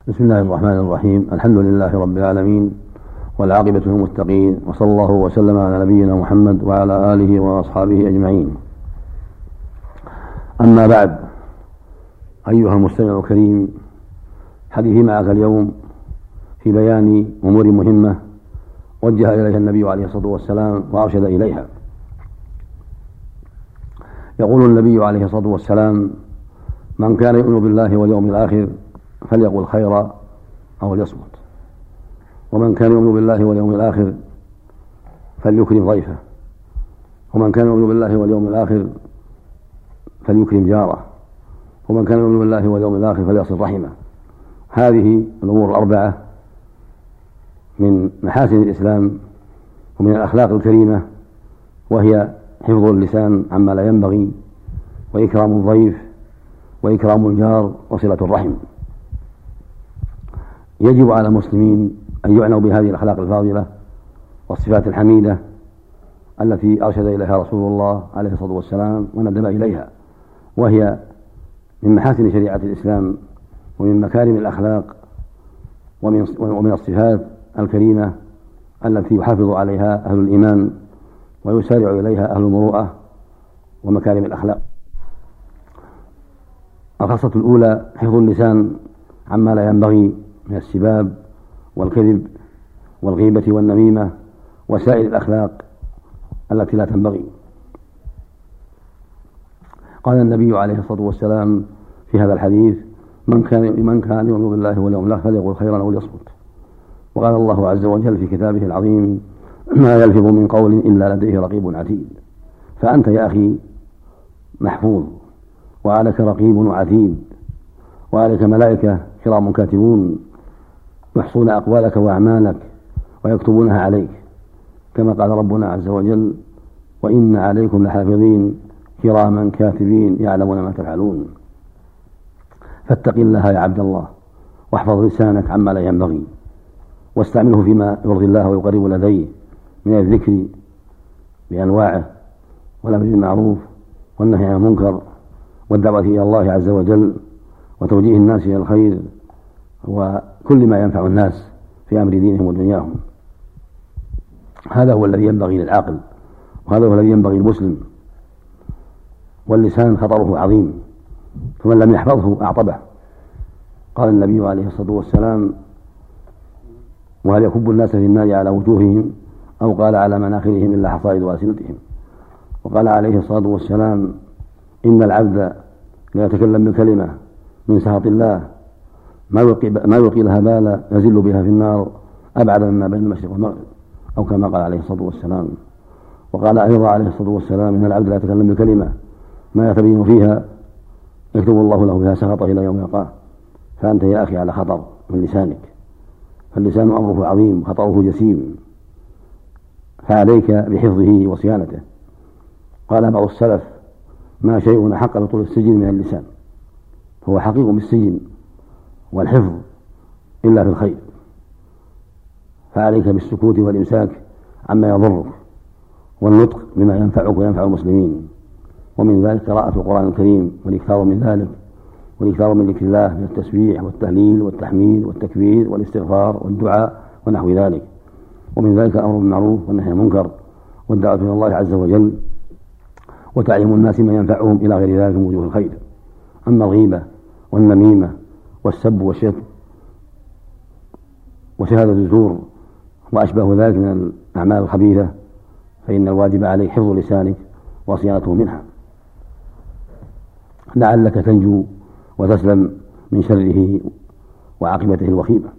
بسم الله الرحمن الرحيم. الحمد لله رب العالمين، والعاقبة للمتقين، وصلى الله وسلم على نبينا محمد وعلى آله وأصحابه أجمعين. أما بعد، أيها المستمع الكريم، حديثي معك اليوم في بيان أمور مهمة وجه إليها النبي عليه الصلاة والسلام وأرشد إليها. يقول النبي عليه الصلاة والسلام: من كان يؤمن بالله واليوم الآخر فليقل خيرا أو ليصمت، ومن كان يؤمن بالله واليوم الآخر فليكرم ضيفه، ومن كان يؤمن بالله واليوم الآخر فليكرم جاره، ومن كان يؤمن بالله واليوم الآخر فليصل رحمه. هذه الأمور الأربعة من محاسن الإسلام ومن الأخلاق الكريمة، وهي حفظ اللسان عما لا ينبغي، وإكرام الضيف، وإكرام الجار، وصلة الرحم. يجب على المسلمين أن يعنوا بهذه الأخلاق الفاضلة والصفات الحميدة التي أرشد إليها رسول الله عليه الصلاة والسلام وندب إليها، وهي من محاسن شريعة الإسلام ومن مكارم الأخلاق ومن الصفات الكريمة التي يحافظ عليها أهل الإيمان ويسارع إليها أهل المروءة ومكارم الأخلاق. الخاصة الأولى حفظ اللسان عما لا ينبغي من السباب والكذب والغيبة والنميمة وسائر الأخلاق التي لا تنبغي. قال النبي عليه الصلاة والسلام في هذا الحديث: من كان يؤمن بالله واليوم الآخر فليقل خيرا أو ليصمت. وقال الله عز وجل في كتابه العظيم: ما يلفظ من قول إلا لديه رقيب عتيد. فأنت يا أخي محفوظ، وعليك رقيب وعتيد، وعليك ملائكة كرام كاتبون يحصون أقوالك وأعمالك ويكتبونها عليك، كما قال ربنا عز وجل: وإن عليكم لحافظين كراما كاتبين يعلمون ما تفعلون. فاتق الله يا عبد الله، واحفظ لسانك عما لا ينبغي، واستعمله فيما يرضي الله ويقرب لديه من الذكر بأنواعه، والأمر بالمعروف والنهي عن المنكر، والدعوة إلى الله عز وجل، وتوجيه الناس إلى الخير، وكل ما ينفع الناس في أمر دينهم ودنياهم. هذا هو الذي ينبغي للعاقل، وهذا هو الذي ينبغي للمسلم. واللسان خطره عظيم، فمن لم يحفظه أعطبه. قال النبي عليه الصلاة والسلام: وهل يكب الناس في النار على وجوههم أو قال على مناخرهم إلا حصائد ألسنتهم. وقال عليه الصلاة والسلام: إن العبد لا يتكلم بكلمة من سخط الله ما يلقي لها بالا يزل بها في النار أبعد مما بين المشرق والمغرب، أو كما قال عليه الصلاة والسلام. وقال أيضا عليه الصلاة والسلام: إن العبد لا يتكلم بكلمة ما يتبين فيها يكتب الله له بها سخطه إلى يوم يلقاه. فأنت يا أخي على خطر من لسانك، فاللسان أمره عظيم خطره جسيم، فعليك بحفظه وصيانته. قال بعض السلف: ما شيء أحق بطول السجن من اللسان، فهو حقيق بالسجن والحفظ إلا في الخير. فعليك بالسكوت والإمساك عما يضرك، والنطق بما ينفعك وينفع المسلمين، ومن ذلك قراءة القرآن الكريم والإكثار من ذلك، والإكثار من ذكر الله من التسبيح والتهليل والتحميد والتكبير والاستغفار والدعاء ونحو ذلك. ومن ذلك الأمر بالمعروف والنهي عن المنكر، والدعوة إلى الله عز وجل، وتعليم الناس ما ينفعهم إلى غير ذلك من وجوه الخير. أما الغيبة والنميمة والسب والشتم وشهادة الزور وأشبه ذلك من الأعمال الخبيثة، فإن الواجب عليك حفظ لسانك وصيانته منها، لعلك تنجو وتسلم من شره وعاقبته الوخيمة.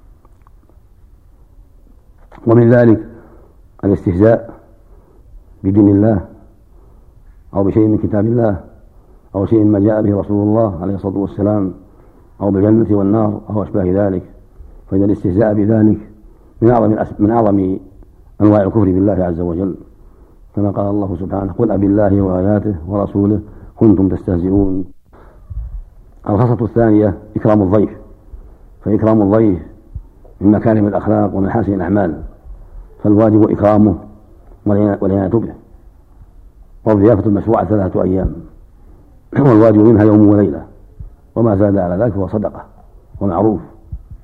ومن ذلك الاستهزاء بدين الله أو بشيء من كتاب الله أو شيء ما جاء به رسول الله عليه الصلاة والسلام، أو بالجنة والنار أو أشباه ذلك. فإن الاستهزاء بذلك من أعظم أنواع الكفر بالله عز وجل، كما قال الله سبحانه: قل أبالله وآياته ورسوله كنتم تستهزئون. الخاصة الثانية إكرام الضيف، فإكرام الضيف من مكارم الأخلاق ومحاسن الأعمال، فالواجب إكرامه والعناية به. والضيافة المشروعة 3 أيام، والواجب منها يوم وليلة، وما زاد على ذلك هو صدقة ومعروف.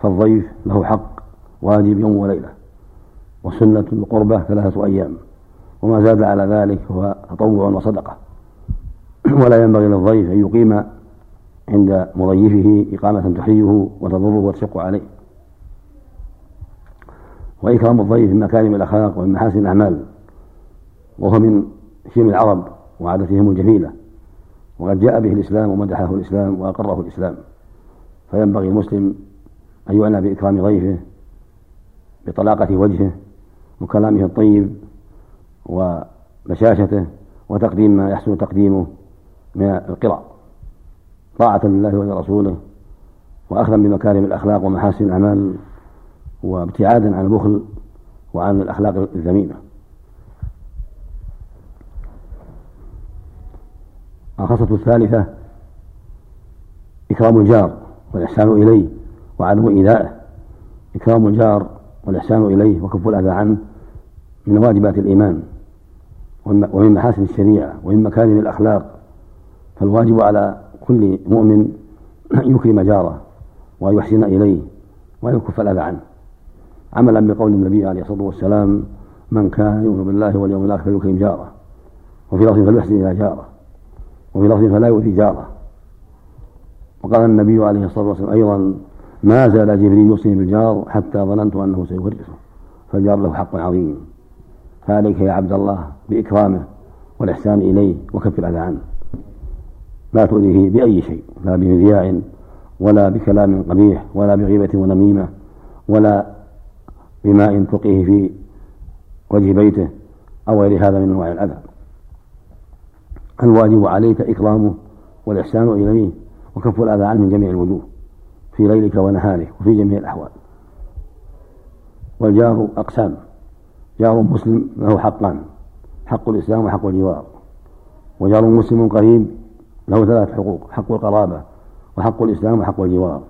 فالضيف له حق واجب يوم وليلة، وسنة القربة 3 أيام، وما زاد على ذلك هو تطوع وصدقة. ولا ينبغي للضيف أن يقيم عند مضيفه إقامة تحريه وتضره وتشق عليه. وإكرام الضيف من مكارم الأخلاق ومن محاسن الأعمال، وهو من شيم العرب وعادتهم الجميلة، وقد جاء به الإسلام ومدحه الإسلام وأقره الإسلام. فينبغي المسلم أن يعنى بإكرام ضيفه بطلاقة وجهه وكلامه الطيب وبشاشته وتقديم ما يحسن تقديمه من القراء طاعة لله ولرسوله، وأخذا بمكارم الأخلاق ومحاسن الأعمال، وابتعادا عن البخل وعن الأخلاق الذميمة. الخاصة الثالثة إكرام الجار والإحسان إليه وعدم إيذائه. إكرام الجار والإحسان إليه وكف الأذى عنه من واجبات الإيمان ومن محاسن الشريعة ومن مكارم الأخلاق، فالواجب على كل مؤمن أن يكرم جاره وأن يحسن إليه وأن يكف الأذى عنه، عملا بقول النبي عليه الصلاة والسلام: من كان يؤمن بالله واليوم الآخر فليكرم جاره، وفي لفظ فليحسن إلى جاره، وفي لفظ فلا يؤذي جاره. وقال النبي عليه الصلاة والسلام أيضا: ما زال جبريل يوصيني بالجار حتى ظننت أنه سيورثه، فالجار له حق عظيم، فعليك يا عبد الله بإكرامه والإحسان إليه وكف الأذى عنه، لا تؤذيه بأي شيء، لا بمذياع ولا بكلام قبيح ولا بغيبة ونميمة ولا بماء تلقيه في وجه بيته أو غير هذا من أنواع الأذى. الواجب عليك إكرامه والإحسان إليه وكف الأذى عنه من جميع الوجوه في ليلك ونهارك وفي جميع الأحوال. والجار أقسام: جار مسلم له حقان: حق الإسلام وحق الجوار. وجار مسلم قريب له 3 حقوق: حق القرابة وحق الإسلام وحق الجوار.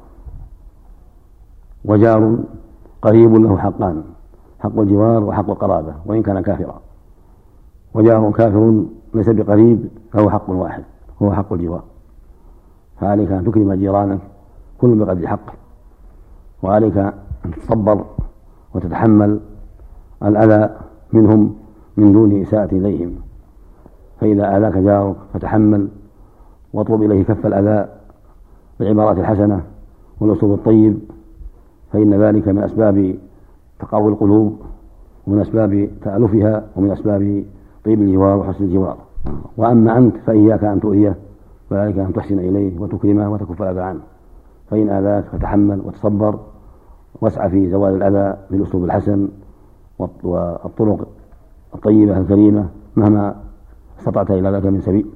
وجار قريب له حقان: حق الجوار وحق القرابة وإن كان كافرا. وجار كافر ليس بقريب له حق واحد هو حق الجوار. فعليك أن تكرم جيرانك كل بقدر حقه، وعليك أن تتصبر وتتحمل الأذى منهم من دون إساءة إليهم. فإذا آذاك جارك فتحمل واطلب إليه كف الأذى بالعبارات الحسنة والأسلوب الطيب، فإن ذلك من أسباب تقوي القلوب ومن أسباب تألفها ومن أسباب طيب الجوار وحسن الجوار. وأما أنت فإياك أن تؤذيه، فذلك أن تحسن إليه وتكرمه وتكف الأذى عنه. فإن آذاك فتحمل وتصبر واسعى في زوال الأذى بالأسلوب الحسن والطرق الطيبة الكريمة مهما استطعت إلى ذلك من سبيل.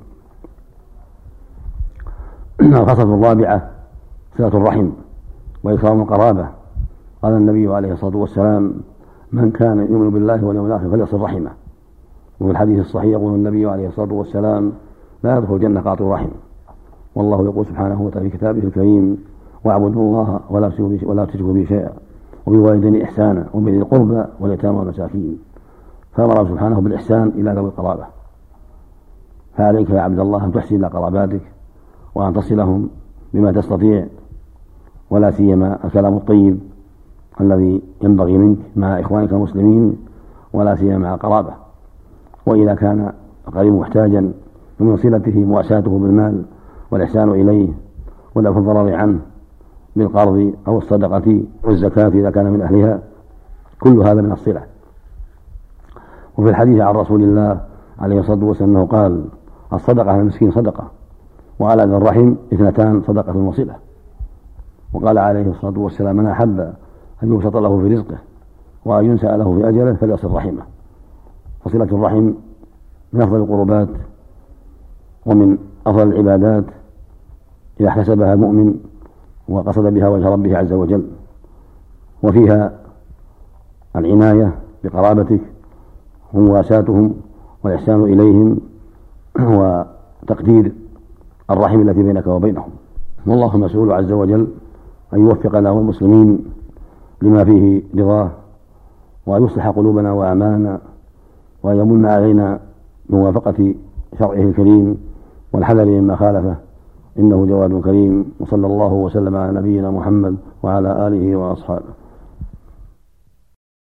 الخاصة الرابعة صلة الرحم وإكرام القرابة. قال النبي عليه الصلاة والسلام: من كان يؤمن بالله واليوم الآخر فليصل رحمه. وفي الحديث الصحيح يقول النبي عليه الصلاة والسلام: لا يدخل الجنة قاطع رحم. والله يقول سبحانه وتعالى في كتابه الكريم: واعبدوا الله ولا تشركوا به شيئا وبالوالدين إحسانا وبذي القربى واليتامى والمساكين. فأمر سبحانه بالإحسان إلى ذوي القرابة. فعليك يا عبد الله أن تحسن إلى قراباتك وأن تصلهم بما تستطيع، ولا سيما الكلام الطيب الذي ينبغي منك مع إخوانك المسلمين، ولا سيما مع قرابة. وإذا كان القريب محتاجا فمن صلته مواساته بالمال والإحسان إليه ودفع الضرر عنه بالقرض أو الصدقة والزكاة إذا كان من أهلها، كل هذا من الصلة. وفي الحديث عن رسول الله عليه الصلاة والسلام أنه قال: الصدقة على المسكين صدقة، وعلى ذي الرحم 2 صدقة وصلة. وقال عليه الصلاة والسلام: من أحب أن يبسط له في رزقه وأن ينسأ له في أجله فليصل رحمه. فصلة الرحم من أفضل القربات ومن أفضل العبادات إذا احتسبها المؤمن وقصد بها وجه ربه عز وجل، وفيها العناية بقرابتك ومواساتهم والإحسان إليهم وتقدير الرحم التي بينك وبينهم. والله مسؤول عز وجل أن يوفقنا والمسلمين لما فيه رضاه، وأن يصلح قلوبنا وأعمالنا، وأن يمن علينا بموافقة شرعه الكريم والحذر مما خالفه، إنه جواد كريم. وصلى الله وسلم على نبينا محمد وعلى آله وأصحابه.